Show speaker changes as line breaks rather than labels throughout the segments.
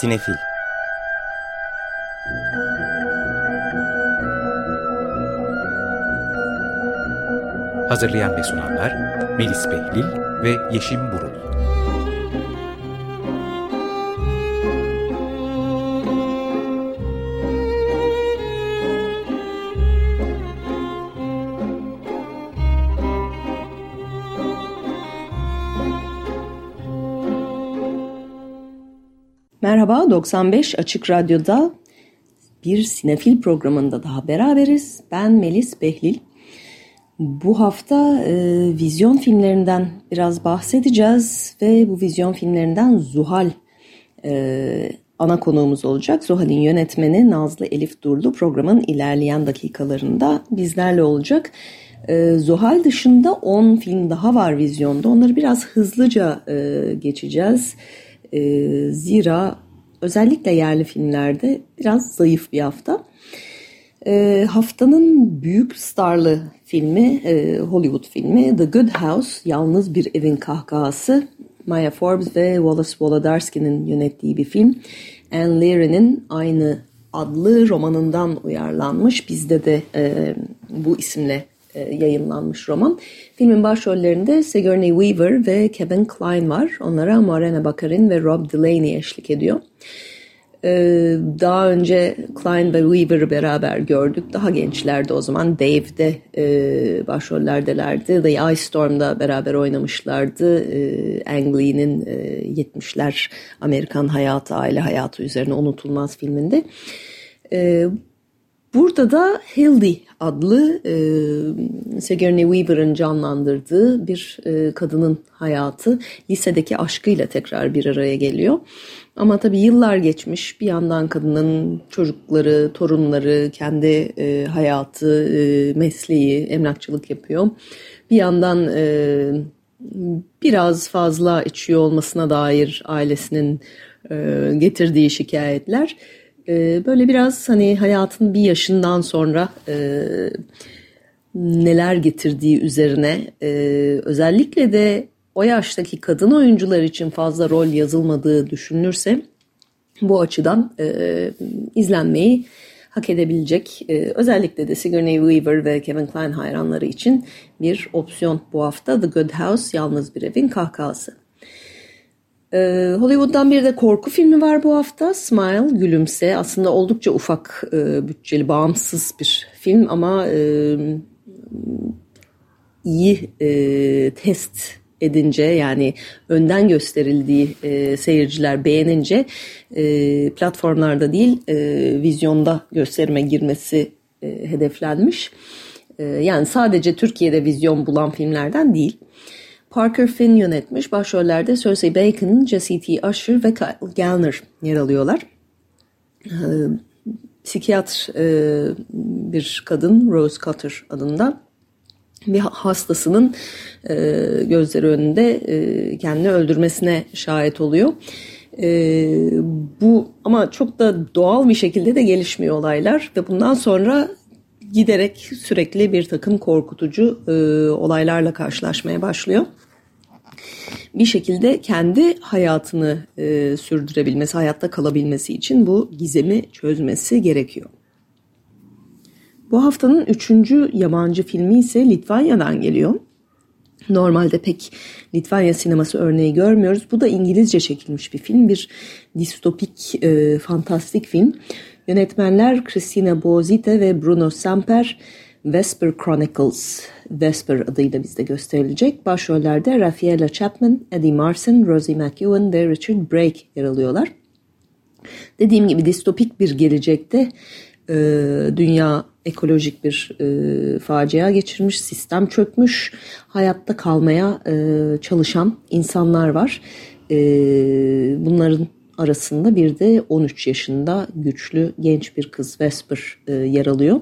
Sinefil. Hazırlayan ve sunanlar Melis Behlil ve Yeşim Burul.
Merhaba, 95 Açık Radyo'da bir sinefil programında daha beraberiz. Ben Melis Behlil. Bu hafta vizyon filmlerinden biraz bahsedeceğiz ve bu vizyon filmlerinden Zuhal ana konuğumuz olacak. Zuhal'in yönetmeni Nazlı Elif Durlu programın ilerleyen dakikalarında bizlerle olacak. Zuhal dışında 10 film daha var vizyonda. Onları biraz hızlıca geçeceğiz. Zira özellikle yerli filmlerde biraz zayıf bir hafta. Haftanın büyük starlı filmi, Hollywood filmi The Good House, Yalnız Bir Evin Kahkahası. Maya Forbes ve Wallace Wolodarski'nin yönettiği bir film. Anne Leary'nin aynı adlı romanından uyarlanmış. Bizde de bu isimle yayınlanmış roman. Filmin başrollerinde Sigourney Weaver ve Kevin Kline var. Onlara Morena Baccarin ve Rob Delaney eşlik ediyor. Daha önce Kline ve Weaver'ı beraber gördük. Daha gençlerdi o zaman. Dave'de başrollerdelerdi. The Ice Storm'da beraber oynamışlardı. Ang Lee'nin 70'ler Amerikan hayatı, aile hayatı üzerine unutulmaz filminde. Burada da Hildy adlı Sigourney Weaver'ın canlandırdığı bir kadının hayatı lisedeki aşkıyla tekrar bir araya geliyor. Ama tabii yıllar geçmiş, bir yandan kadının çocukları, torunları, kendi hayatı, mesleği, emlakçılık yapıyor. Bir yandan biraz fazla içiyor olmasına dair ailesinin getirdiği şikayetler. Böyle biraz hani hayatın bir yaşından sonra neler getirdiği üzerine özellikle de o yaştaki kadın oyuncular için fazla rol yazılmadığı düşünülürse bu açıdan izlenmeyi hak edebilecek, özellikle de Sigourney Weaver ve Kevin Kline hayranları için bir opsiyon bu hafta The Good House, Yalnız Bir Evin Kahkahası. Hollywood'dan bir de korku filmi var bu hafta. Smile, Gülümse. Aslında oldukça ufak bütçeli, bağımsız bir film ama iyi test edince, yani önden gösterildiği seyirciler beğenince platformlarda değil vizyonda gösterime girmesi hedeflenmiş. Yani sadece Türkiye'de vizyon bulan filmlerden değil. Parker Finn yönetmiş. Başrollerde Cersei Bacon, Jesse T. Usher ve Kyle Gallner yer alıyorlar. Psikiyatr bir kadın, Rose Cutter adında, bir hastasının gözleri önünde kendini öldürmesine şahit oluyor. Bu ama çok da doğal bir şekilde de gelişmiyor olaylar ve bundan sonra giderek sürekli bir takım korkutucu olaylarla karşılaşmaya başlıyor. Bir şekilde kendi hayatını sürdürebilmesi, hayatta kalabilmesi için bu gizemi çözmesi gerekiyor. Bu haftanın 3. yabancı filmi ise Litvanya'dan geliyor. Normalde pek Litvanya sineması örneği görmüyoruz. Bu da İngilizce çekilmiş bir film. Bir distopik, fantastik film. Yönetmenler Christina Boazite ve Bruno Semper. Vesper Chronicles, Vesper adıyla bizde gösterilecek. Başrollerde Raffaella Chapman, Eddie Marsan, Rosie McEwen ve Richard Brake yer alıyorlar. Dediğim gibi distopik bir gelecekte dünya ekolojik bir facia geçirmiş, sistem çökmüş, hayatta kalmaya çalışan insanlar var. Bunların arasında bir de 13 yaşında güçlü genç bir kız Vesper yer alıyor.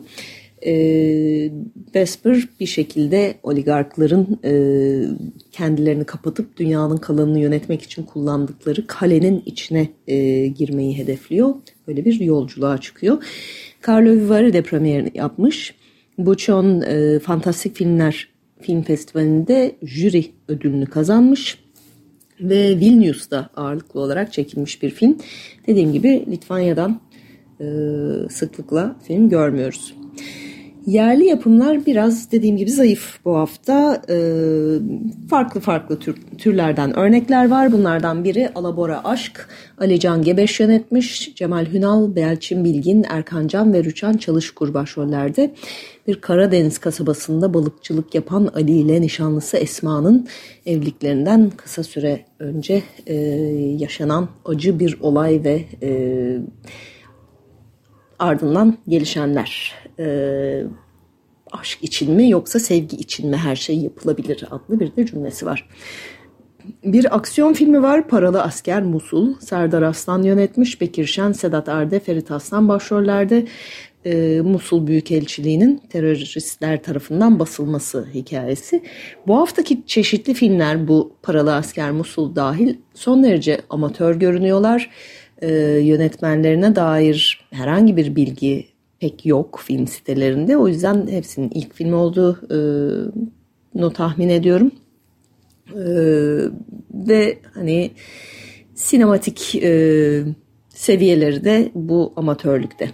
Vesper bir şekilde oligarkların kendilerini kapatıp dünyanın kalanını yönetmek için kullandıkları kalenin içine girmeyi hedefliyor. Böyle bir yolculuğa çıkıyor. Karlovy Vary'de premierini yapmış. Buçon Fantastik Filmler Film Festivali'nde jüri ödülünü kazanmış. ve Vilnius'ta ağırlıklı olarak çekilmiş bir film. Dediğim gibi Litvanya'dan sıklıkla film görmüyoruz. Yerli yapımlar biraz dediğim gibi zayıf bu hafta. Farklı farklı türlerden örnekler var. Bunlardan biri Alabora Aşk. Ali Can Gebeş yönetmiş. Cemal Hünal, Belçin Bilgin, Erkan Can ve Rüçhan Çalışkur başrollerde. Bir Karadeniz kasabasında balıkçılık yapan Ali ile nişanlısı Esma'nın evliliklerinden kısa süre önce yaşanan acı bir olay ve ardından gelişenler. Aşk için mi yoksa sevgi için mi her şey yapılabilir adlı bir de cümlesi var. Bir aksiyon filmi var, Paralı Asker Musul. Serdar Aslan yönetmiş. Bekir Şen, Sedat Arde, Ferit Aslan başrollerde. Musul Büyükelçiliği'nin teröristler tarafından basılması hikayesi. Bu haftaki çeşitli filmler, bu Paralı Asker Musul dahil, son derece amatör görünüyorlar. Yönetmenlerine dair herhangi bir bilgi pek yok film sitelerinde. O yüzden hepsinin ilk film olduğunu tahmin ediyorum. Ve hani sinematik seviyeleri de bu amatörlükte.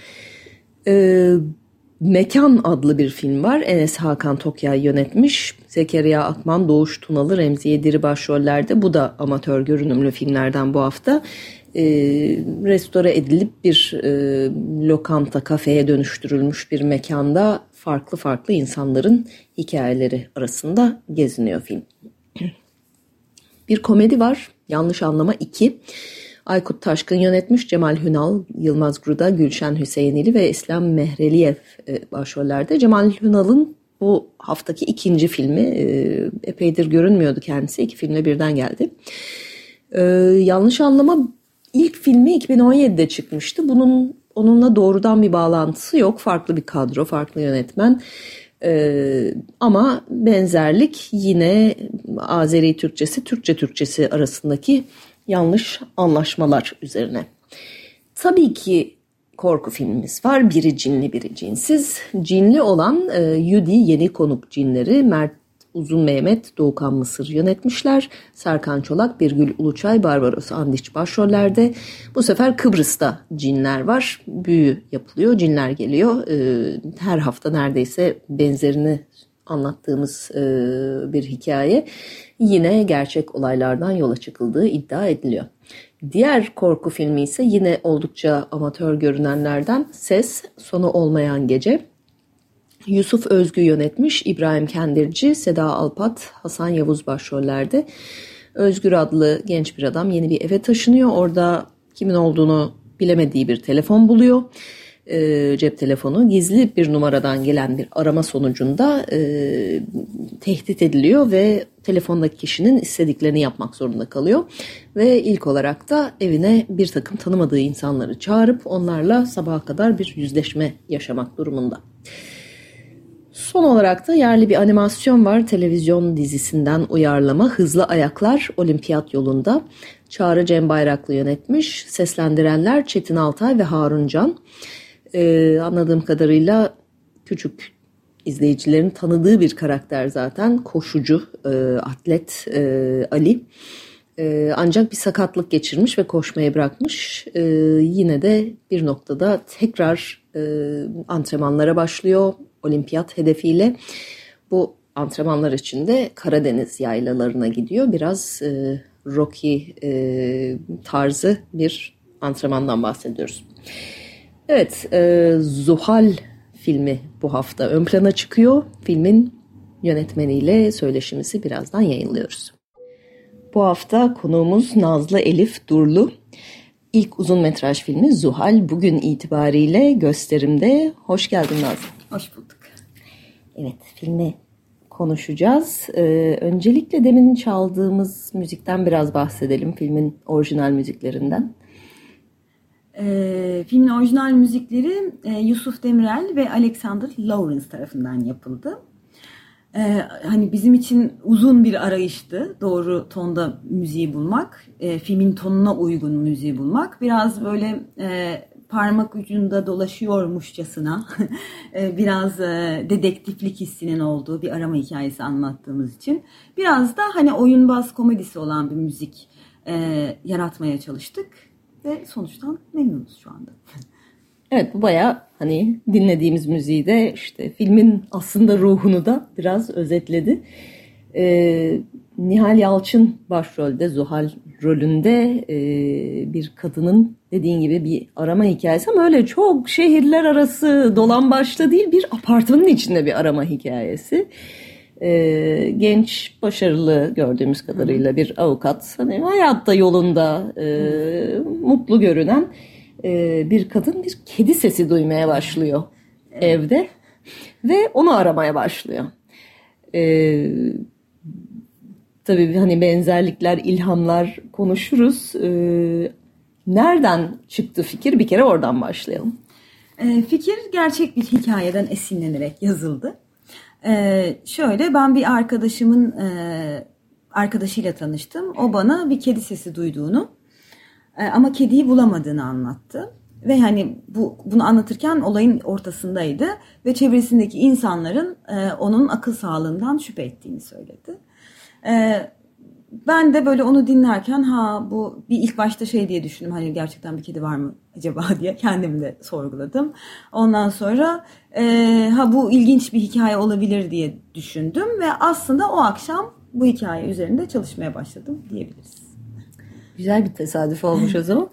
Mekan adlı bir film var. Enes Hakan Tokyay yönetmiş. Zekeriya Akman, Doğuş Tunalı, Remziye Diri başrollerde. Bu da amatör görünümlü filmlerden bu hafta. Restore edilip bir lokanta, kafeye dönüştürülmüş bir mekanda farklı farklı insanların hikayeleri arasında geziniyor film. Bir komedi var, Yanlış Anlama 2. Aykut Taşkın yönetmiş. Cemal Hünal, Yılmaz Gruda, Gülşen Hüseyinili ve İslam Mehreliyev başrollerde. Cemal Hünal'ın bu haftaki ikinci filmi, epeydir görünmüyordu kendisi. 2 filmle birden geldi. Yanlış Anlama ilk filmi 2017'de çıkmıştı. Onunla doğrudan bir bağlantısı yok. Farklı bir kadro, farklı yönetmen. Ama benzerlik yine Azeri Türkçesi, Türkçe Türkçesi arasındaki yanlış anlaşmalar üzerine. Tabii ki korku filmimiz var. Biri cinli, biri cinsiz. Cinli olan Yudi Yeni Konuk Cinleri, Mert Uzun Mehmet, Doğukan Mısır yönetmişler. Serkan Çolak, Birgül Uluçay, Barbaros Andiç başrollerde. Bu sefer Kıbrıs'ta cinler var. Büyü yapılıyor, cinler geliyor. Her hafta neredeyse benzerini anlattığımız bir hikaye. Yine gerçek olaylardan yola çıkıldığı iddia ediliyor. Diğer korku filmi ise yine oldukça amatör görünenlerden Ses, Sonu Olmayan Gece. Yusuf Özgü yönetmiş. İbrahim Kendirci, Seda Alpat, Hasan Yavuz başrollerde. Özgür adlı genç bir adam yeni bir eve taşınıyor. Orada kimin olduğunu bilemediği bir telefon buluyor. Cep telefonu. Gizli bir numaradan gelen bir arama sonucunda tehdit ediliyor ve telefondaki kişinin istediklerini yapmak zorunda kalıyor. Ve ilk olarak da evine bir takım tanımadığı insanları çağırıp onlarla sabaha kadar bir yüzleşme yaşamak durumunda. Son olarak da yerli bir animasyon var. Televizyon dizisinden uyarlama Hızlı Ayaklar Olimpiyat Yolunda. Çağrı Cem Bayraklı yönetmiş. Seslendirenler Çetin Altay ve Harun Can. Anladığım kadarıyla küçük izleyicilerin tanıdığı bir karakter zaten. Koşucu, atlet Ali. Ancak bir sakatlık geçirmiş ve koşmayı bırakmış. Yine de bir noktada tekrar antrenmanlara başlıyor. Olimpiyat hedefiyle. Bu antrenmanlar için de Karadeniz yaylalarına gidiyor. Biraz Rocky tarzı bir antrenmandan bahsediyoruz. Evet, Zuhal filmi bu hafta ön plana çıkıyor. Filmin yönetmeniyle söyleşimizi birazdan yayınlıyoruz. Bu hafta konuğumuz Nazlı Elif Durlu. İlk uzun metraj filmi Zuhal bugün itibariyle gösterimde. Hoş geldin Nazlı.
Hoş bulduk.
Evet, filmi konuşacağız. Öncelikle demin çaldığımız müzikten biraz bahsedelim. Filmin orijinal müziklerinden.
Filmin orijinal müzikleri Yusuf Demirel ve Alexander Lawrence tarafından yapıldı. Hani bizim için uzun bir arayıştı. Doğru tonda müziği bulmak, filmin tonuna uygun müziği bulmak. Biraz böyle parmak ucunda dolaşıyormuşçasına biraz dedektiflik hissinin olduğu bir arama hikayesi anlattığımız için biraz da hani oyunbaz komedisi olan bir müzik yaratmaya çalıştık ve sonuçtan memnunuz şu anda.
Evet, bu bayağı hani dinlediğimiz müziği de işte filmin aslında ruhunu da biraz özetledi. Nihal Yalçın başrolde, Zuhal rolünde bir kadının dediğin gibi bir arama hikayesi ama öyle çok şehirler arası dolambaçlı değil, bir apartmanın içinde bir arama hikayesi. Genç, başarılı gördüğümüz kadarıyla bir avukat, hani hayatta yolunda mutlu görünen bir kadın bir kedi sesi duymaya başlıyor evde ve onu aramaya başlıyor. Tabii hani benzerlikler, ilhamlar konuşuruz. Nereden çıktı fikir? Bir kere oradan başlayalım.
Fikir gerçek bir hikayeden esinlenerek yazıldı. Şöyle, ben bir arkadaşımın arkadaşıyla tanıştım. O bana bir kedi sesi duyduğunu ama kediyi bulamadığını anlattı. Ve hani bunu anlatırken olayın ortasındaydı ve çevresindeki insanların onun akıl sağlığından şüphe ettiğini söyledi. Ben de böyle onu dinlerken bu bir ilk başta şey diye düşündüm, hani gerçekten bir kedi var mı acaba diye kendimi de sorguladım. Ondan sonra bu ilginç bir hikaye olabilir diye düşündüm ve aslında o akşam bu hikaye üzerinde çalışmaya başladım diyebiliriz.
Güzel bir tesadüf olmuş o zaman.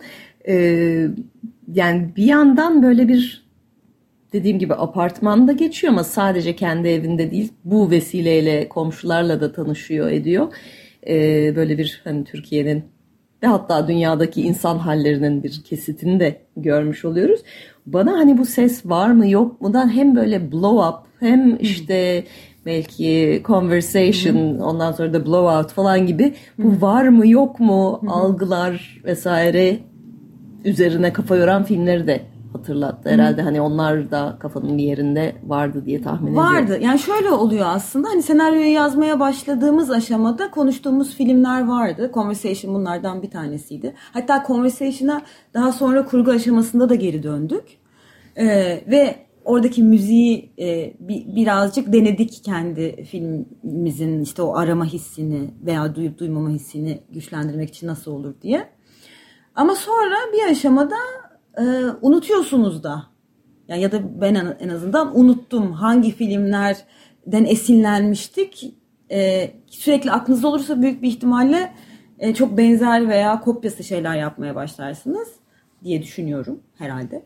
Yani bir yandan böyle bir, dediğim gibi, apartmanda geçiyor ama sadece kendi evinde değil, bu vesileyle komşularla da tanışıyor ediyor. Böyle bir hani Türkiye'nin ve hatta dünyadaki insan hallerinin bir kesitini de görmüş oluyoruz. Bana hani bu ses var mı yok mudan hem böyle blow up hem işte belki conversation, ondan sonra da blow out falan gibi bu var mı yok mu algılar vesaire üzerine kafa yoran filmleri de hatırlattı. Herhalde hani onlar da kafanın bir yerinde vardı diye tahmin ediyorum.
Vardı. Yani şöyle oluyor aslında. Hani senaryoyu yazmaya başladığımız aşamada konuştuğumuz filmler vardı. Conversation bunlardan bir tanesiydi. Hatta Conversation'a daha sonra kurgu aşamasında da geri döndük. Ve oradaki müziği birazcık denedik, kendi filmimizin işte o arama hissini veya duyup duymama hissini güçlendirmek için nasıl olur diye. Ama sonra bir aşamada unutuyorsunuz da. Yani ya da ben en azından unuttum hangi filmlerden esinlenmiştik. Sürekli aklınızda olursa büyük bir ihtimalle çok benzer veya kopyası şeyler yapmaya başlarsınız diye düşünüyorum herhalde.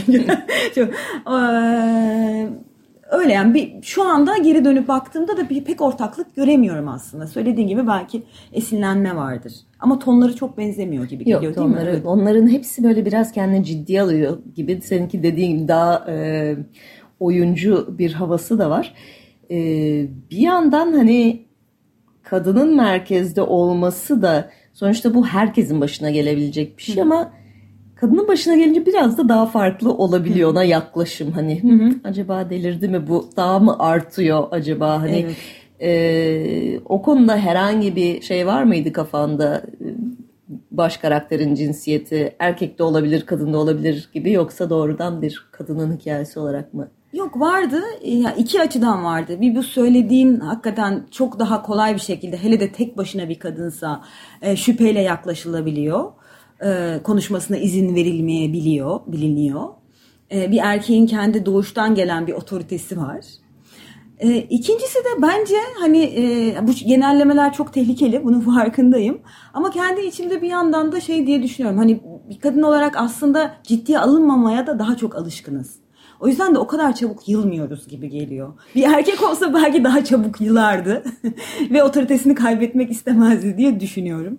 Öyle yani şu anda geri dönüp baktığımda da pek ortaklık göremiyorum aslında. Söylediğin gibi belki esinlenme vardır. Ama tonları çok benzemiyor gibi geliyor. Yok,
tonları, değil mi? Onların hepsi böyle biraz kendini ciddiye alıyor gibi. Seninki dediğin gibi daha oyuncu bir havası da var. Bir yandan hani kadının merkezde olması da sonuçta bu herkesin başına gelebilecek bir şey ama kadının başına gelince biraz da daha farklı olabiliyor ona yaklaşım. Hani acaba delirdi mi, bu daha mı artıyor acaba, hani o konuda herhangi bir şey var mıydı kafanda? Baş karakterin cinsiyeti erkek de olabilir, kadın da olabilir gibi, yoksa doğrudan bir kadının hikayesi olarak mı?
Yok, vardı. İki açıdan vardı. Bir, bu söylediğin hakikaten çok daha kolay bir şekilde, hele de tek başına bir kadınsa şüpheyle yaklaşılabiliyor. Konuşmasına izin biliniyor. Bir erkeğin kendi doğuştan gelen bir otoritesi var. İkincisi de bence hani bu genellemeler çok tehlikeli, bunun farkındayım. Ama kendi içimde bir yandan da şey diye düşünüyorum. Hani bir kadın olarak aslında ciddiye alınmamaya da daha çok alışkınız. O yüzden de o kadar çabuk yılmıyoruz gibi geliyor. Bir erkek olsa belki daha çabuk yılardı ve otoritesini kaybetmek istemezdi diye düşünüyorum.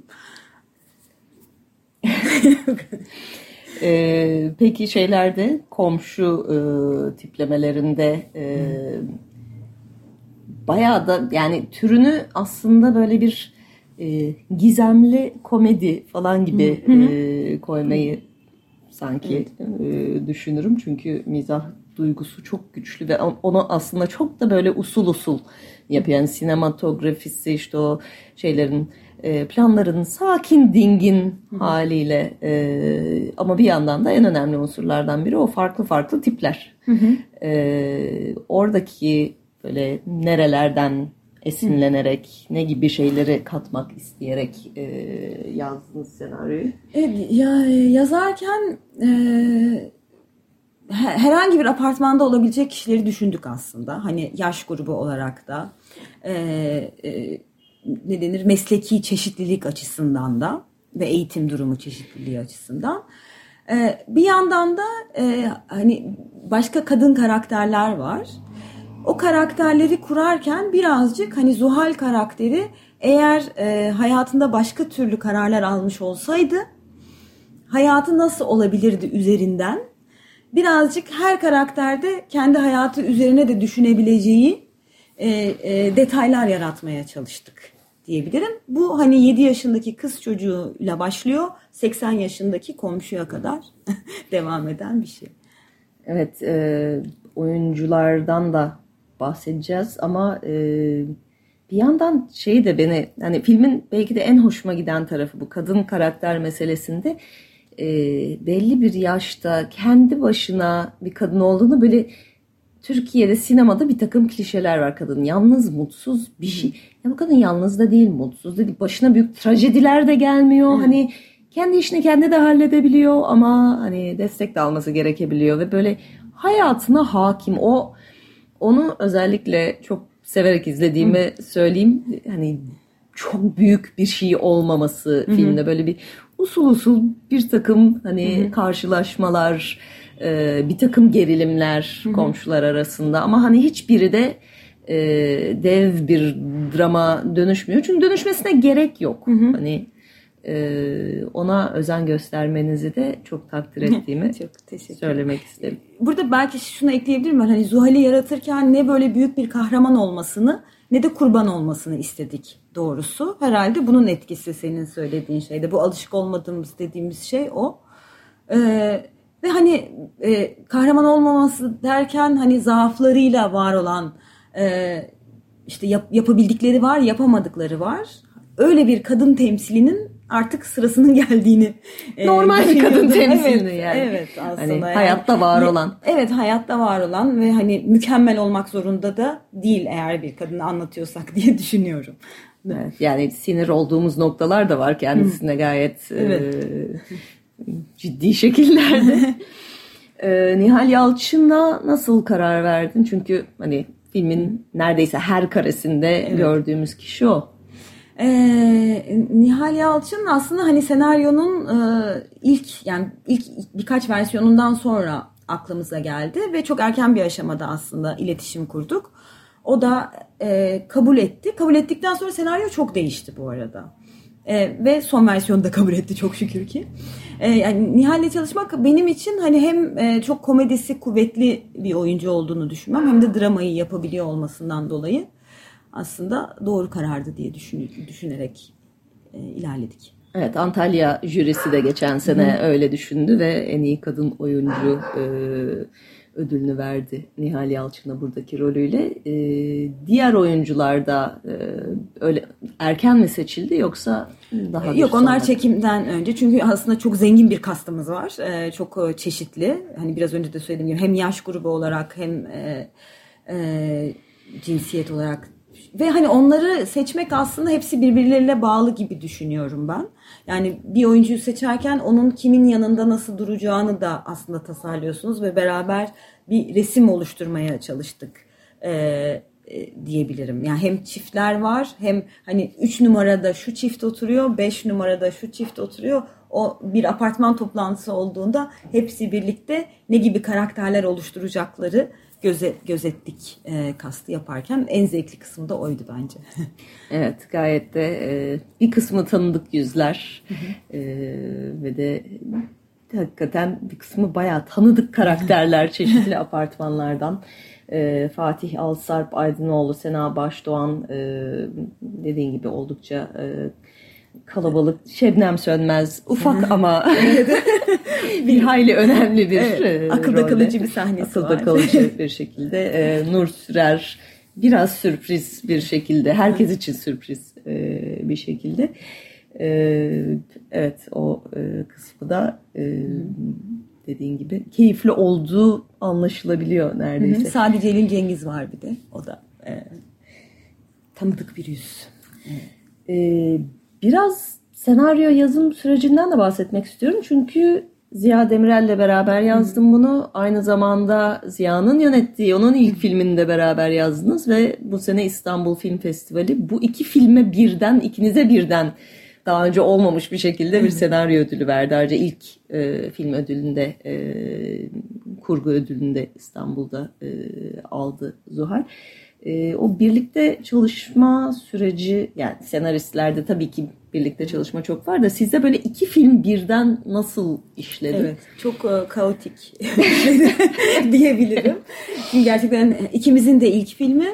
Peki şeylerde, komşu tiplemelerinde bayağı da yani türünü aslında böyle bir gizemli komedi falan gibi koymayı sanki düşünürüm. Çünkü mizah duygusu çok güçlü ve onu aslında çok da böyle usul usul yapıyor. Yani sinematografisi işte o şeylerin planların sakin dingin haliyle ama bir yandan da en önemli unsurlardan biri o farklı farklı tipler. Oradaki böyle nerelerden esinlenerek ne gibi şeyleri katmak isteyerek yazdınız senaryoyu?
Evet, yazarken herhangi bir apartmanda olabilecek kişileri düşündük aslında. Hani yaş grubu olarak da ne denir, mesleki çeşitlilik açısından da ve eğitim durumu çeşitliliği açısından. Bir yandan da hani başka kadın karakterler var. O karakterleri kurarken birazcık hani Zuhal karakteri eğer hayatında başka türlü kararlar almış olsaydı hayatı nasıl olabilirdi üzerinden birazcık her karakterde kendi hayatı üzerine de düşünebileceği detaylar yaratmaya çalıştık diyebilirim. Bu hani 7 yaşındaki kız çocuğuyla başlıyor, 80 yaşındaki komşuya kadar devam eden bir şey.
Evet, oyunculardan da bahsedeceğiz ama bir yandan şey de beni, hani filmin belki de en hoşuma giden tarafı bu kadın karakter meselesinde belli bir yaşta kendi başına bir kadın olduğunu, böyle Türkiye'de sinemada bir takım klişeler var. Kadın yalnız, mutsuz bir şey. Ya bu kadın yalnız da değil, mutsuz da değil. Başına büyük trajediler de gelmiyor. Hani kendi işini kendi de halledebiliyor ama hani destek de alması gerekebiliyor ve böyle hayatına hakim. Onu özellikle çok severek izlediğimi söyleyeyim. Hani çok büyük bir şey olmaması filmde, böyle bir usul usul bir takım hani karşılaşmalar, bir takım gerilimler komşular arasında ama hani hiçbiri de dev bir drama dönüşmüyor. Çünkü dönüşmesine gerek yok. Hani ona özen göstermenizi de çok takdir ettiğimi çok söylemek isterim.
Burada belki şunu ekleyebilirim ben. Hani Zuhal'i yaratırken ne böyle büyük bir kahraman olmasını ne de kurban olmasını istedik doğrusu. Herhalde bunun etkisi senin söylediğin şeyde. Bu alışık olmadığımız dediğimiz şey o. Ve hani kahraman olmaması derken hani zaaflarıyla var olan işte yapabildikleri var, yapamadıkları var. Öyle bir kadın temsilinin artık sırasının geldiğini
normal bir kadın temsili yani.
Evet aslında.
Hani
yani,
hayatta var olan.
Evet, hayatta var olan ve hani mükemmel olmak zorunda da değil eğer bir kadını anlatıyorsak diye düşünüyorum.
Evet, yani sinir olduğumuz noktalar da var kendisine gayet ciddi şekillerde. Nihal Yalçın'la nasıl karar verdin? Çünkü hani filmin neredeyse her karesinde gördüğümüz kişi o.
Nihal Yalçın aslında hani senaryonun ilk birkaç versiyonundan sonra aklımıza geldi ve çok erken bir aşamada aslında iletişim kurduk. O da kabul etti. Kabul ettikten sonra senaryo çok değişti bu arada. Ve son versiyonu da kabul etti çok şükür ki. Yani Nihal'le çalışmak benim için hani hem çok komedisi kuvvetli bir oyuncu olduğunu düşünmem hem de dramayı yapabiliyor olmasından dolayı aslında doğru karardı diye düşünerek ilerledik.
Evet, Antalya jürisi de geçen sene öyle düşündü ve en iyi kadın oyuncu ödülünü verdi Nihal Yalçın'a buradaki rolüyle. Diğer oyuncular da öyle erken mi seçildi yoksa daha
Yok, onlar çekimden önce, çünkü aslında çok zengin bir kastımız var. Çok çeşitli. Hani biraz önce de söylediğim gibi hem yaş grubu olarak hem cinsiyet olarak. Ve hani onları seçmek aslında hepsi birbirleriyle bağlı gibi düşünüyorum ben. Yani bir oyuncuyu seçerken onun kimin yanında nasıl duracağını da aslında tasarlıyorsunuz ve beraber bir resim oluşturmaya çalıştık diyebilirim. Yani hem çiftler var, hem hani 3 numarada şu çift oturuyor, 5 numarada şu çift oturuyor. O bir apartman toplantısı olduğunda hepsi birlikte ne gibi karakterler oluşturacakları gözettik kastı yaparken. En zevkli kısmı da oydu bence.
Evet, gayet de bir kısmı tanıdık yüzler ve de hakikaten bir kısmı bayağı tanıdık karakterler çeşitli apartmanlardan. Fatih Alsarp Aydınoğlu, Sena Başdoğan dediğin gibi oldukça kalabalık, Şebnem Sönmez, ufak ama bir hayli önemli bir
akılda
rolde.
kalıcı bir sahnesi
akılda
var.
kalıcı bir şekilde. Nur Sürer biraz sürpriz bir şekilde, herkes için sürpriz bir şekilde. Evet, o kısmı da dediğin gibi keyifli olduğu anlaşılabiliyor neredeyse.
Sadece Celil Cengiz var bir de. O da tanıdık bir yüz.
Biraz senaryo yazım sürecinden de bahsetmek istiyorum. Çünkü Ziya Demirel'le beraber yazdım bunu. Aynı zamanda Ziya'nın yönettiği, onun ilk filmini de beraber yazdınız ve bu sene İstanbul Film Festivali bu iki filme ikinize birden daha önce olmamış bir şekilde bir senaryo ödülü verdi. Ayrıca ilk film ödülünde, kurgu ödülünde İstanbul'da aldı Zuhal. O birlikte çalışma süreci, yani senaristlerde tabii ki birlikte çalışma çok var da sizde böyle iki film birden nasıl işledi?
Evet, çok kaotik diyebilirim. Çünkü gerçekten ikimizin de ilk filmi.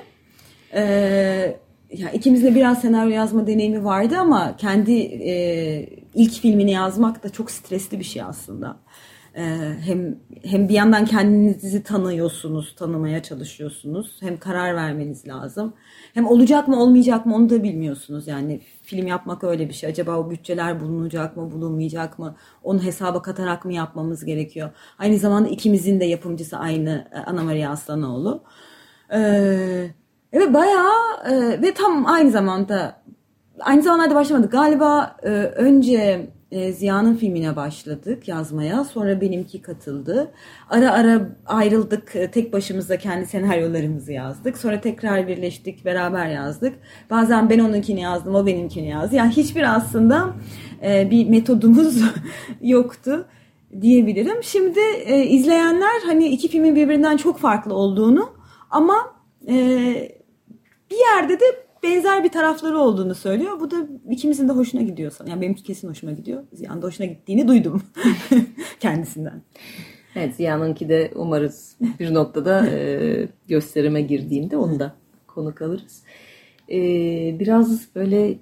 Yani ikimizin de biraz senaryo yazma deneyimi vardı ama kendi ilk filmini yazmak da çok stresli bir şey aslında. Hem bir yandan kendinizi tanıyorsunuz, tanımaya çalışıyorsunuz. Hem karar vermeniz lazım. Hem olacak mı olmayacak mı onu da bilmiyorsunuz. Yani film yapmak öyle bir şey. Acaba o bütçeler bulunacak mı, bulunmayacak mı? Onu hesaba katarak mı yapmamız gerekiyor? Aynı zamanda ikimizin de yapımcısı aynı Ana Maria Aslanoğlu. Evet, bayağı ve tam aynı zamanlarda başlamadık. Galiba önce Ziya'nın filmine başladık yazmaya. Sonra benimki katıldı. Ara ara ayrıldık. Tek başımıza kendi senaryolarımızı yazdık. Sonra tekrar birleştik. Beraber yazdık. Bazen ben onunkini yazdım. O benimkini yazdı. Yani hiçbir aslında bir metodumuz yoktu diyebilirim. Şimdi izleyenler hani iki filmin birbirinden çok farklı olduğunu ama bir yerde de benzer bir tarafları olduğunu söylüyor. Bu da ikimizin de hoşuna gidiyor. Yani benimki kesin hoşuma gidiyor. Ziya'nın da hoşuna gittiğini duydum kendisinden.
Evet, Ziya'nınki de umarız bir noktada gösterime girdiğinde onu da konuk alırız. Biraz böyle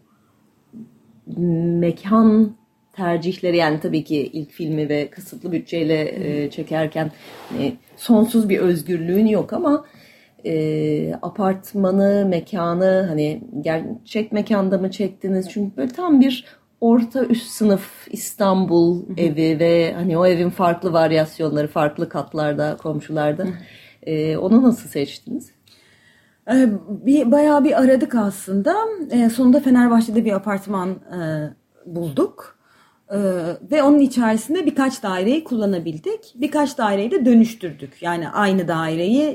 mekan tercihleri, yani tabii ki ilk filmi ve kısıtlı bütçeyle çekerken sonsuz bir özgürlüğün yok ama apartmanı, mekanı hani gerçek mekanda mı çektiniz? Çünkü böyle tam bir orta üst sınıf İstanbul evi ve hani o evin farklı varyasyonları, farklı katlarda, komşularda. Onu nasıl seçtiniz?
Bayağı bir aradık aslında. Sonunda Fenerbahçe'de bir apartman bulduk. Ve onun içerisinde birkaç daireyi kullanabildik. Birkaç daireyi de dönüştürdük. Yani aynı daireyi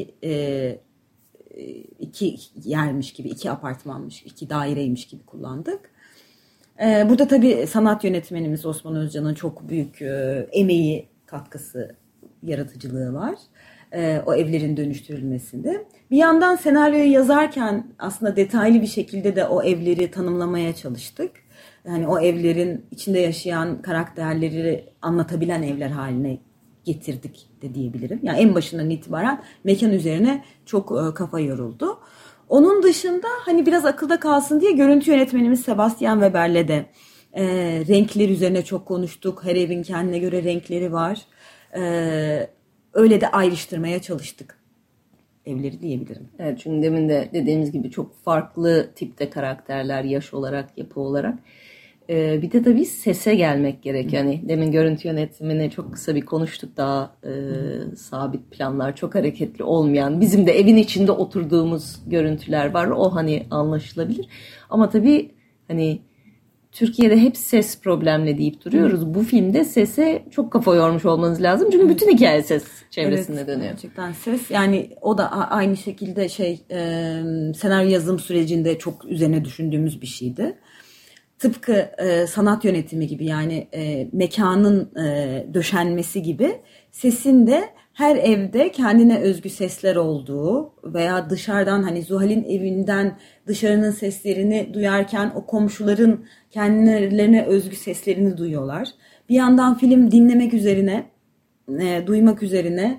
iki yermiş gibi, iki apartmanmış, iki daireymiş gibi kullandık. Burada tabii sanat yönetmenimiz Osman Özcan'ın çok büyük emeği, katkısı, yaratıcılığı var. O evlerin dönüştürülmesinde. Bir yandan senaryoyu yazarken aslında detaylı bir şekilde de o evleri tanımlamaya çalıştık. Yani o evlerin içinde yaşayan karakterleri anlatabilen evler haline getirdik de diyebilirim. Yani en başından itibaren mekan üzerine çok kafa yoruldu. Onun dışında hani biraz akılda kalsın diye görüntü yönetmenimiz Sebastian Weber'le de renkler üzerine çok konuştuk. Her evin kendine göre renkleri var. Öyle de ayrıştırmaya çalıştık evleri diyebilirim.
Evet, çünkü demin de dediğimiz gibi çok farklı tipte karakterler, yaş olarak, yapı olarak. Bir de tabii sese gelmek gerek. Yani demin görüntü yönetimini çok kısa bir konuştuk, daha sabit planlar, çok hareketli olmayan, bizim de evin içinde oturduğumuz görüntüler var. O hani anlaşılabilir. Ama tabii hani Türkiye'de hep ses problemli deyip duruyoruz. Bu filmde sese çok kafa yormuş olmanız lazım. Çünkü bütün hikaye ses çevresinde dönüyor.
Gerçekten ses. Yani o da aynı şekilde senaryo yazım sürecinde çok üzerine düşündüğümüz bir şeydi. Tıpkı sanat yönetimi gibi, yani mekanın döşenmesi gibi sesin de her evde kendine özgü sesler olduğu veya dışarıdan hani Zuhal'in evinden dışarının seslerini duyarken o komşuların kendilerine özgü seslerini duyuyorlar. Bir yandan film dinlemek üzerine, duymak üzerine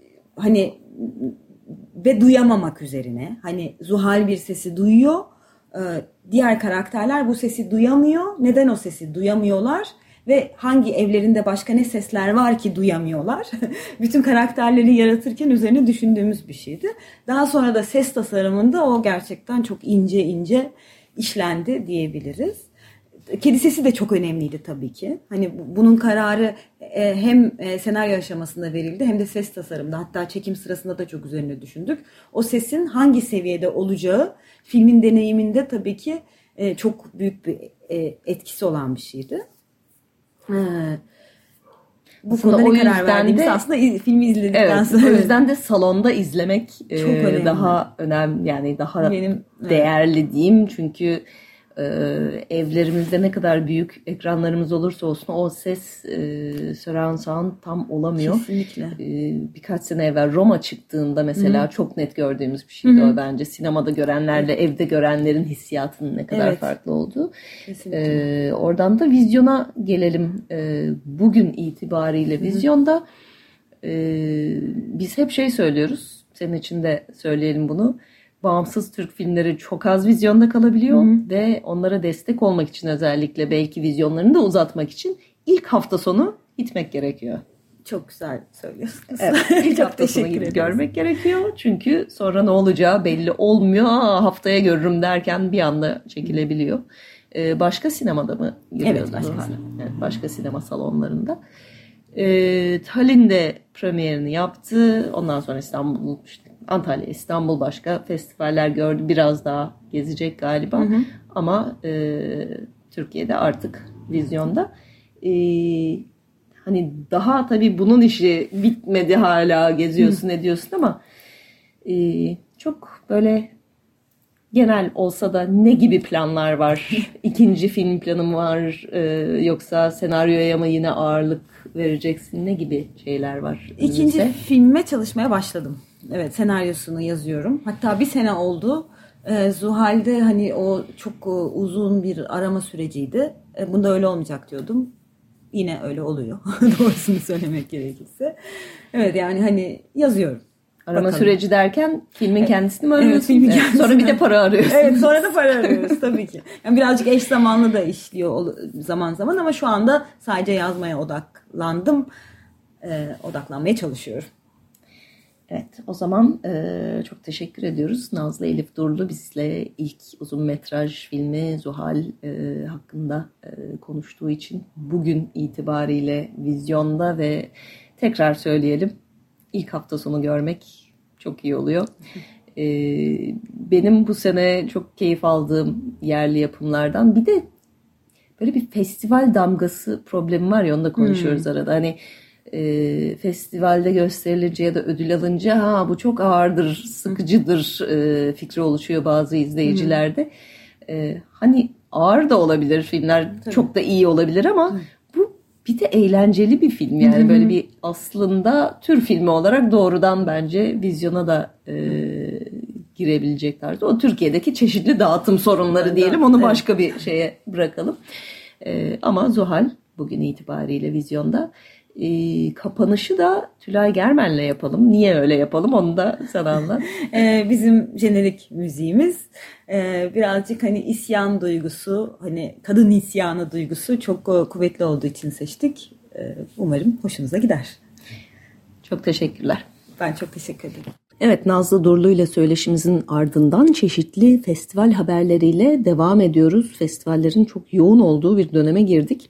hani ve duyamamak üzerine. Hani Zuhal bir sesi duyuyor diğer karakterler bu sesi duyamıyor. Neden o sesi duyamıyorlar? Ve hangi evlerinde başka ne sesler var ki duyamıyorlar? Bütün karakterleri yaratırken üzerine düşündüğümüz bir şeydi. Daha sonra da ses tasarımında o gerçekten çok ince ince işlendi diyebiliriz. Kedi sesi de çok önemliydi tabii ki. Hani bunun kararı hem senaryo aşamasında verildi hem de ses tasarımında. Hatta çekim sırasında da çok üzerine düşündük. O sesin hangi seviyede olacağı filmin deneyiminde tabii ki çok büyük bir etkisi olan bir şeydi. Bu konuda ne karar verdiğimiz aslında filmi izledikten sonra.
O yüzden de salonda izlemek çok daha önemli, yani daha değerli diyeyim. Çünkü evlerimizde ne kadar büyük ekranlarımız olursa olsun o ses surround sound tam olamıyor.
Kesinlikle.
Birkaç sene evvel Roma çıktığında mesela çok net gördüğümüz bir şeydi o bence. Sinemada görenlerle evde görenlerin hissiyatının ne kadar farklı olduğu. Oradan da vizyona gelelim. Bugün itibariyle vizyonda biz hep söylüyoruz. Senin için de söyleyelim bunu. Bağımsız Türk filmleri çok az vizyonda kalabiliyor ve onlara destek olmak için, özellikle belki vizyonlarını da uzatmak için ilk hafta sonu gitmek gerekiyor.
Çok güzel söylüyorsunuz.
Evet, ilk hafta sonu gidip görmek gerekiyor. Çünkü sonra ne olacağı belli olmuyor. Haftaya görürüm derken bir anda çekilebiliyor. Başka sinemada mı giriyorsunuz? Evet, başka sinema salonlarında. Tallinn'de premierini yaptı. Ondan sonra İstanbul, Antalya, İstanbul başka festivaller gördü. Biraz daha gezecek galiba. Ama Türkiye'de artık vizyonda. Hani daha tabii bunun işi bitmedi, hala geziyorsun ediyorsun ama çok böyle genel olsa da ne gibi planlar var? İkinci film planım var, yoksa senaryoya mı yine ağırlık vereceksin? Ne gibi şeyler var?
İkinci filme çalışmaya başladım. Evet, senaryosunu yazıyorum. Hatta bir sene oldu. Zuhal'de hani o çok uzun bir arama süreciydi. Bunda öyle olmayacak diyordum. Yine öyle oluyor. Doğrusunu söylemek gerekirse. Evet, yani hani yazıyorum.
Arama süreci derken filmin kendisini mi arıyorsun?
Evet, filmin kendisini.
Sonra bir de para arıyorsun.
Evet, sonra da para arıyoruz tabii ki. Yani birazcık eş zamanlı da işliyor zaman zaman ama şu anda sadece yazmaya odaklandım. Odaklanmaya çalışıyorum.
Evet, o zaman çok teşekkür ediyoruz. Nazlı Elif Durlu bizle ilk uzun metraj filmi Zuhal hakkında konuştuğu için, bugün itibariyle vizyonda ve tekrar söyleyelim, ilk hafta sonu görmek çok iyi oluyor. Benim bu sene çok keyif aldığım yerli yapımlardan bir de böyle bir festival damgası problemi var ya, onu da konuşuyoruz arada. Hani festivalde gösterilince ya da ödül alınca bu çok ağırdır, sıkıcıdır fikri oluşuyor bazı izleyicilerde. Hani ağır da olabilir filmler, çok da iyi olabilir ama bu bir de eğlenceli bir film, yani böyle bir aslında tür filmi olarak doğrudan bence vizyona da girebilecek tarzda. O Türkiye'deki çeşitli dağıtım sorunları diyelim, onu başka bir şeye bırakalım. Ama Zuhal bugün itibariyle vizyonda. Kapanışı da Tülay Germen'le yapalım. Niye öyle yapalım, onu da sana anlat.
Bizim jenerik müziğimiz birazcık hani isyan duygusu, hani kadın isyanı duygusu çok kuvvetli olduğu için seçtik. Umarım hoşunuza gider.
Çok teşekkürler.
Ben çok teşekkür ederim.
Evet, Nazlı Durlu ile söyleşimizin ardından çeşitli festival haberleriyle devam ediyoruz. Festivallerin çok yoğun olduğu bir döneme girdik.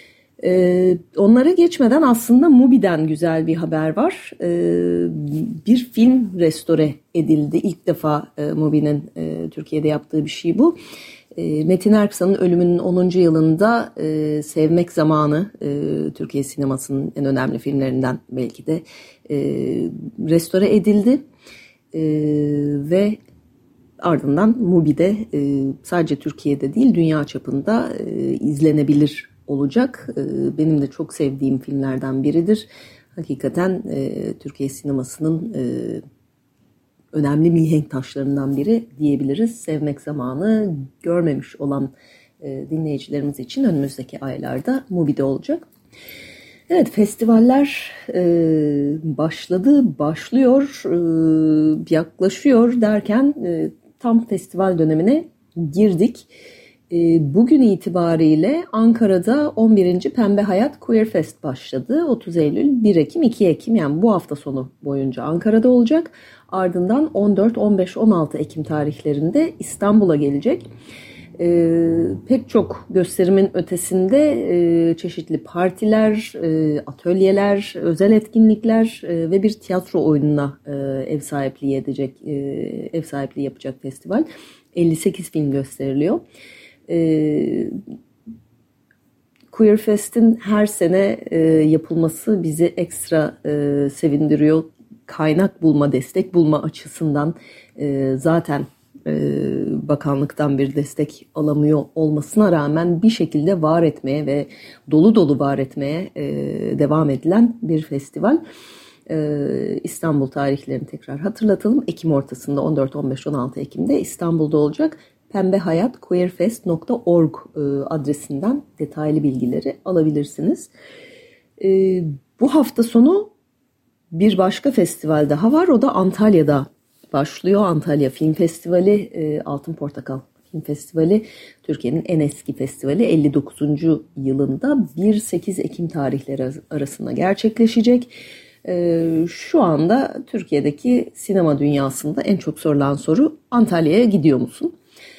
Onlara geçmeden aslında Mubi'den güzel bir haber var. Bir film restore edildi. İlk defa Mubi'nin Türkiye'de yaptığı bir şey bu. Metin Erksan'ın ölümünün 10. yılında Sevmek Zamanı, Türkiye sinemasının en önemli filmlerinden belki de, restore edildi. Ve ardından Mubi'de sadece Türkiye'de değil, dünya çapında izlenebilir olacak. Benim de çok sevdiğim filmlerden biridir. Hakikaten Türkiye sinemasının önemli mihenk taşlarından biri diyebiliriz. Sevmek Zamanı görmemiş olan dinleyicilerimiz için önümüzdeki aylarda Mubi'de olacak. Evet, festivaller başlıyor, yaklaşıyor derken tam festival dönemine girdik. Bugün itibariyle Ankara'da 11. Pembe Hayat Queer Fest başladı. 30 Eylül, 1 Ekim, 2 Ekim yani bu hafta sonu boyunca Ankara'da olacak. Ardından 14, 15, 16 Ekim tarihlerinde İstanbul'a gelecek. Pek çok gösterimin ötesinde çeşitli partiler, atölyeler, özel etkinlikler ve bir tiyatro oyununa ev sahipliği yapacak festival. 58 film gösteriliyor. Queer Fest'in her sene yapılması bizi ekstra sevindiriyor. Kaynak bulma, destek bulma açısından zaten bakanlıktan bir destek alamıyor olmasına rağmen bir şekilde var etmeye ve dolu dolu var etmeye devam edilen bir festival. İstanbul tarihlerini tekrar hatırlatalım. Ekim ortasında 14, 15, 16 Ekim'de İstanbul'da olacak. pembehayattqueerfest.org adresinden detaylı bilgileri alabilirsiniz. Bu hafta sonu bir başka festival daha var. O da Antalya'da başlıyor. Antalya Film Festivali, Altın Portakal Film Festivali, Türkiye'nin en eski festivali, 59. yılında 1-8 Ekim tarihleri arasında gerçekleşecek. Şu anda Türkiye'deki sinema dünyasında en çok sorulan soru, Antalya'ya gidiyor musun?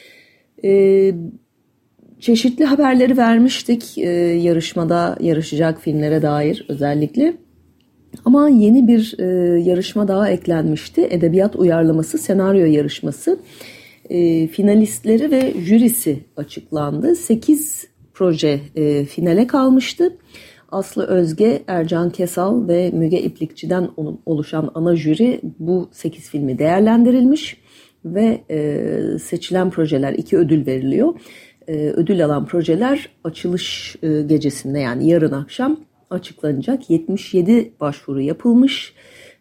Çeşitli haberleri vermiştik yarışmada yarışacak filmlere dair özellikle. Ama yeni bir yarışma daha eklenmişti. Edebiyat uyarlaması senaryo yarışması. Finalistleri ve jürisi açıklandı. 8 proje finale kalmıştı. Aslı Özge, Ercan Kesal ve Müge İplikçi'den oluşan ana jüri bu 8 filmi değerlendirilmiş ve seçilen projeler 2 ödül veriliyor. Ödül alan projeler açılış gecesinde yani yarın akşam açıklanacak. 77 başvuru yapılmış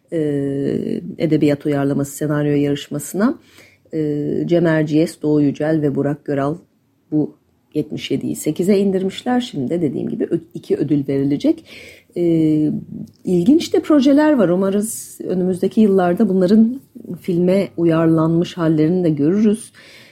edebiyat uyarlaması senaryo yarışmasına. Cem Erciyes, Doğu Yücel ve Burak Göral bu 77'yi 8'e indirmişler. Şimdi de dediğim gibi 2 ödül verilecek. İlginç de projeler var. Umarız önümüzdeki yıllarda bunların filme uyarlanmış hallerini de görürüz.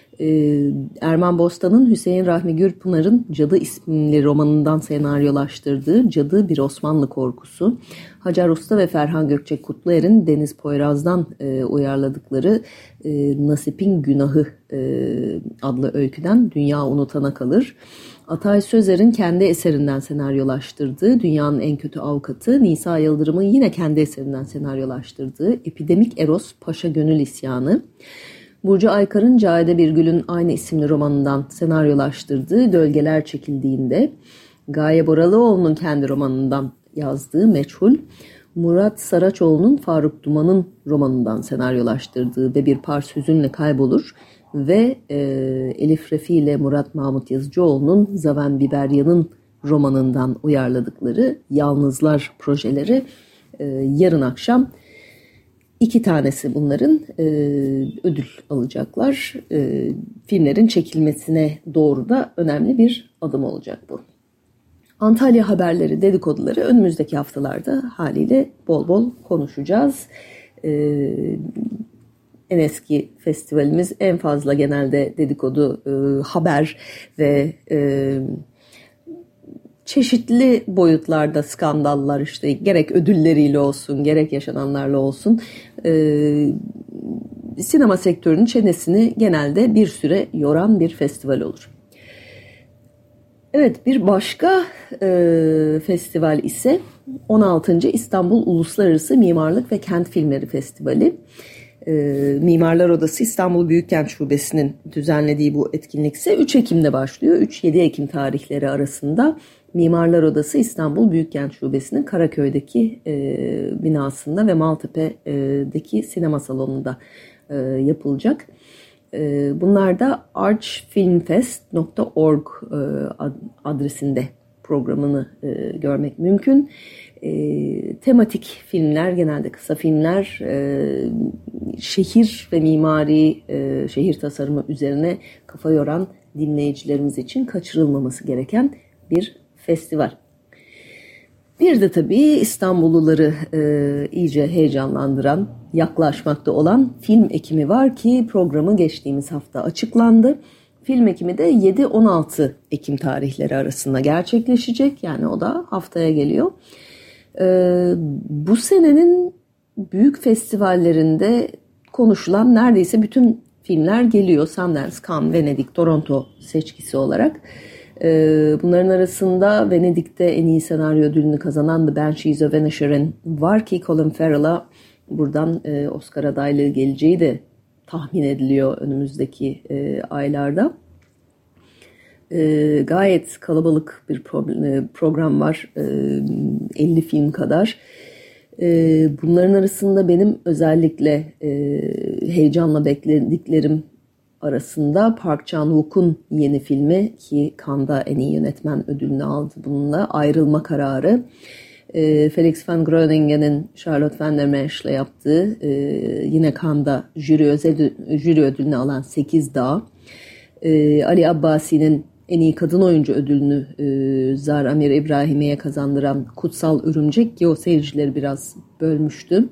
Erman Bostan'ın Hüseyin Rahmi Gürpınar'ın Cadı isimli romanından senaryolaştırdığı Cadı Bir Osmanlı Korkusu, Hacer Usta ve Ferhan Gökçek Kutluer'in Deniz Poyraz'dan uyarladıkları Nasip'in Günahı adlı öyküden Dünya Unutana Kalır, Atay Sözer'in kendi eserinden senaryolaştırdığı Dünyanın En Kötü Avukatı, Nisa Yıldırım'ın yine kendi eserinden senaryolaştırdığı Epidemik Eros Paşa Gönül İsyanı, Burcu Aykar'ın Cahide Birgül'ün aynı isimli romanından senaryolaştırdığı Gölgeler Çekildiğinde, Gaye Boralıoğlu'nun kendi romanından yazdığı Meçhul, Murat Saraçoğlu'nun Faruk Duman'ın romanından senaryolaştırdığı Ve Bir Pars Hüzünle Kaybolur ve Elif Refi ile Murat Mahmut Yazıcıoğlu'nun Zaven Biberyan'ın romanından uyarladıkları Yalnızlar projeleri yarın akşam 2 tanesi bunların ödül alacaklar. Filmlerin çekilmesine doğru da önemli bir adım olacak bu. Antalya haberleri, dedikoduları önümüzdeki haftalarda haliyle bol bol konuşacağız. En eski festivalimiz, en fazla genelde dedikodu, haber ve çeşitli boyutlarda skandallar, işte gerek ödülleriyle olsun gerek yaşananlarla olsun sinema sektörünün çenesini genelde bir süre yoran bir festival olur. Evet, bir başka festival ise 16. İstanbul Uluslararası Mimarlık ve Kent Filmleri Festivali. Mimarlar Odası İstanbul Büyükkent Şubesi'nin düzenlediği bu etkinlik ise 3 Ekim'de başlıyor. 3-7 Ekim tarihleri arasında Mimarlar Odası İstanbul Büyükkent Şubesi'nin Karaköy'deki binasında ve Maltepe'deki sinema salonunda yapılacak. Bunlar da archfilmfest.org adresinde programını görmek mümkün. Tematik filmler, genelde kısa filmler, şehir ve mimari, şehir tasarımı üzerine kafa yoran dinleyicilerimiz için kaçırılmaması gereken bir festival. Bir de tabii İstanbulluları iyice heyecanlandıran, yaklaşmakta olan film ekimi var ki programı geçtiğimiz hafta açıklandı. film ekimi de 7-16 Ekim tarihleri arasında gerçekleşecek. Yani o da haftaya geliyor. Bu senenin büyük festivallerinde konuşulan neredeyse bütün filmler geliyor. Sundance, Cannes, Venedik, Toronto seçkisi olarak. Bunların arasında Venedik'te en iyi senaryo ödülünü kazanan The Banshees of Inisherin var ki Colin Farrell'a buradan Oscar adaylığı geleceği de tahmin ediliyor önümüzdeki aylarda. Gayet kalabalık bir program var. 50 film kadar. Bunların arasında benim özellikle heyecanla beklediklerim arasında Park Chan-wook'un yeni filmi ki Cannes'da en iyi yönetmen ödülünü aldı bununla, Ayrılma Kararı. Felix van Groningen'in Charlotte van der Mensch'le yaptığı yine Cannes'da jüri ödülünü alan 8 Dağ. Ali Abbasi'nin en iyi kadın oyuncu ödülünü Zahar Amir İbrahimi'ye kazandıran Kutsal Örümcek ki o seyircileri biraz bölmüştü.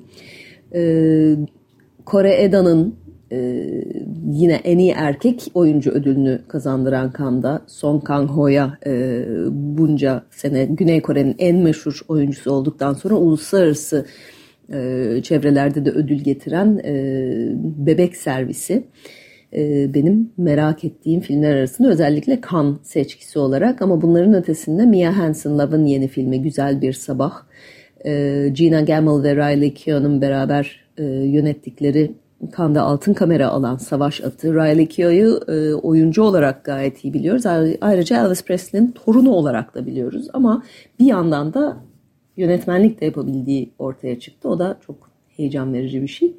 Kore Eda'nın yine en iyi erkek oyuncu ödülünü kazandıran Cannes'da Song Kang-ho'ya bunca sene Güney Kore'nin en meşhur oyuncusu olduktan sonra uluslararası çevrelerde de ödül getiren Bebek Servisi. Benim merak ettiğim filmler arasında özellikle Cannes seçkisi olarak ama bunların ötesinde Mia Hansen-Løve'ın yeni filmi Güzel Bir Sabah, Gina Gammel ve Riley Keough'un beraber yönettikleri Cannes'da Altın Kamera alan Savaş Atı. Riley Keough'u oyuncu olarak gayet iyi biliyoruz. Ayrıca Elvis Presley'nin torunu olarak da biliyoruz ama bir yandan da yönetmenlik de yapabildiği ortaya çıktı. O da çok heyecan verici bir şey.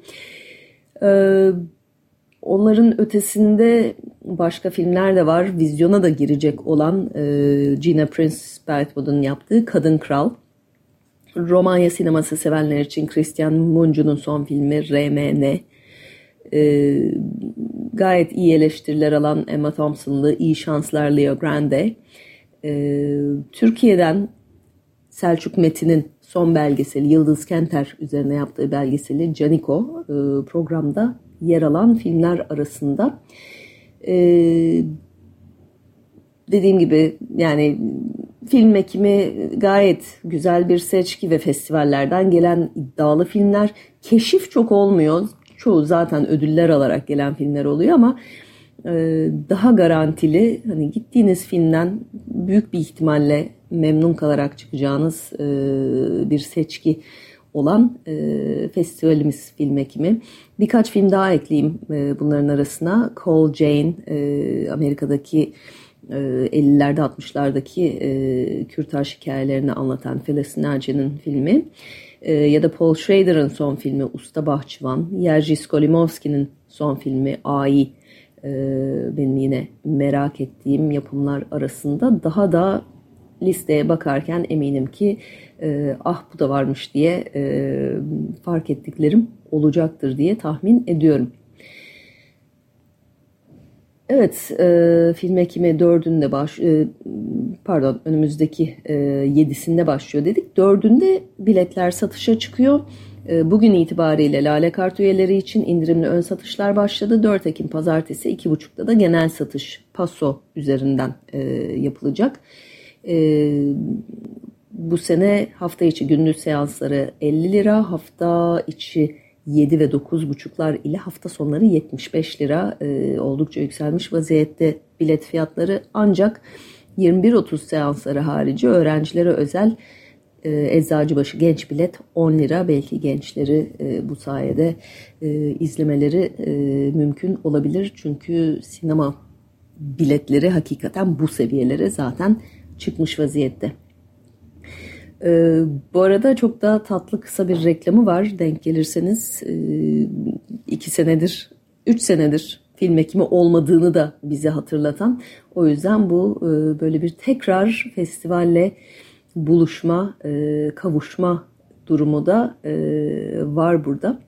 Onların ötesinde başka filmler de var. Vizyona da girecek olan Gina Prince Bythewood'un yaptığı Kadın Kral. Romanya sineması sevenler için Christian Mungiu'nun son filmi RMN. Gayet iyi eleştiriler alan Emma Thompson'lı İyi Şanslar Leo Grande. Türkiye'den Selçuk Metin'in son belgeseli Yıldız Kenter üzerine yaptığı belgeseli Caniko programda yer alan filmler arasında. Dediğim gibi yani film ekimi gayet güzel bir seçki ve festivallerden gelen iddialı filmler. Keşif çok olmuyor. Çoğu zaten ödüller alarak gelen filmler oluyor ama daha garantili hani gittiğiniz filmden büyük bir ihtimalle memnun kalarak çıkacağınız bir seçki olan festivalimiz film ekimi. Birkaç film daha ekleyeyim bunların arasına. Call Jane, Amerika'daki 50'lerde 60'lardaki kürtaj hikayelerini anlatan Phyllis Nagy'nin filmi. Ya da Paul Schrader'ın son filmi Usta Bahçıvan. Jerzy Skolimowski'nin son filmi Ai. Benim yine merak ettiğim yapımlar arasında. Daha da listeye bakarken eminim ki ah bu da varmış diye fark ettiklerim olacaktır diye tahmin ediyorum. Evet, film ekimi 4'ünde önümüzdeki 7'sinde başlıyor dedik. 4'ünde biletler satışa çıkıyor. Bugün itibariyle Lale Kart üyeleri için indirimli ön satışlar başladı. 4 Ekim pazartesi 2.30'da da genel satış Paso üzerinden yapılacak. Bu sene hafta içi gündüz seansları 50 lira, hafta içi 7 ve 9.5'lar ile hafta sonları 75 lira oldukça yükselmiş vaziyette bilet fiyatları. Ancak 21.30 seansları harici öğrencilere özel Eczacıbaşı genç bilet 10 lira. Belki gençleri bu sayede izlemeleri mümkün olabilir. Çünkü sinema biletleri hakikaten bu seviyelere zaten çıkmış vaziyette. Bu arada çok da tatlı kısa bir reklamı var. Denk gelirseniz 2 senedir, 3 senedir film ekimi olmadığını da bize hatırlatan. O yüzden bu böyle bir tekrar festivalle buluşma, kavuşma durumu da var burada.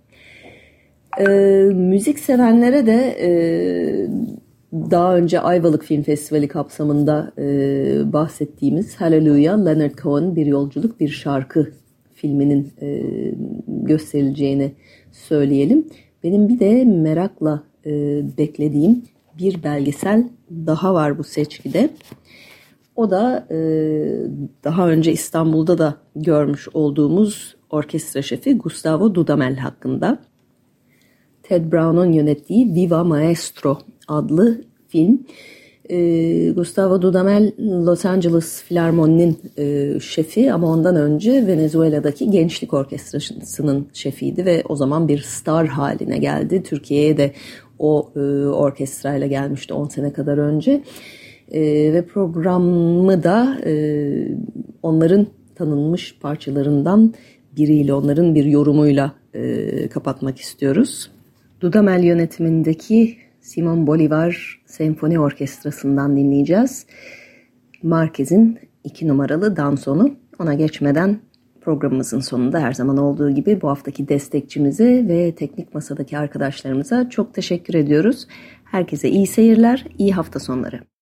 Müzik sevenlere de daha önce Ayvalık Film Festivali kapsamında bahsettiğimiz Hallelujah, Leonard Cohen Bir Yolculuk Bir Şarkı filminin gösterileceğini söyleyelim. Benim bir de merakla beklediğim bir belgesel daha var bu seçkide. O da daha önce İstanbul'da da görmüş olduğumuz orkestra şefi Gustavo Dudamel hakkında. Ted Brown'un yönettiği Viva Maestro adlı film. Gustavo Dudamel Los Angeles Filarmoni'nin şefi ama ondan önce Venezuela'daki Gençlik Orkestrası'nın şefiydi ve o zaman bir star haline geldi. Türkiye'ye de o orkestrayla gelmişti 10 sene kadar önce. Ve programı da onların tanınmış parçalarından biriyle, onların bir yorumuyla kapatmak istiyoruz. Dudamel yönetimindeki Simon Bolivar Senfoni Orkestrası'ndan dinleyeceğiz. Márquez'in 2 numaralı dansonu. Ona geçmeden programımızın sonunda her zaman olduğu gibi bu haftaki destekçimize ve teknik masadaki arkadaşlarımıza çok teşekkür ediyoruz. Herkese iyi seyirler, iyi hafta sonları.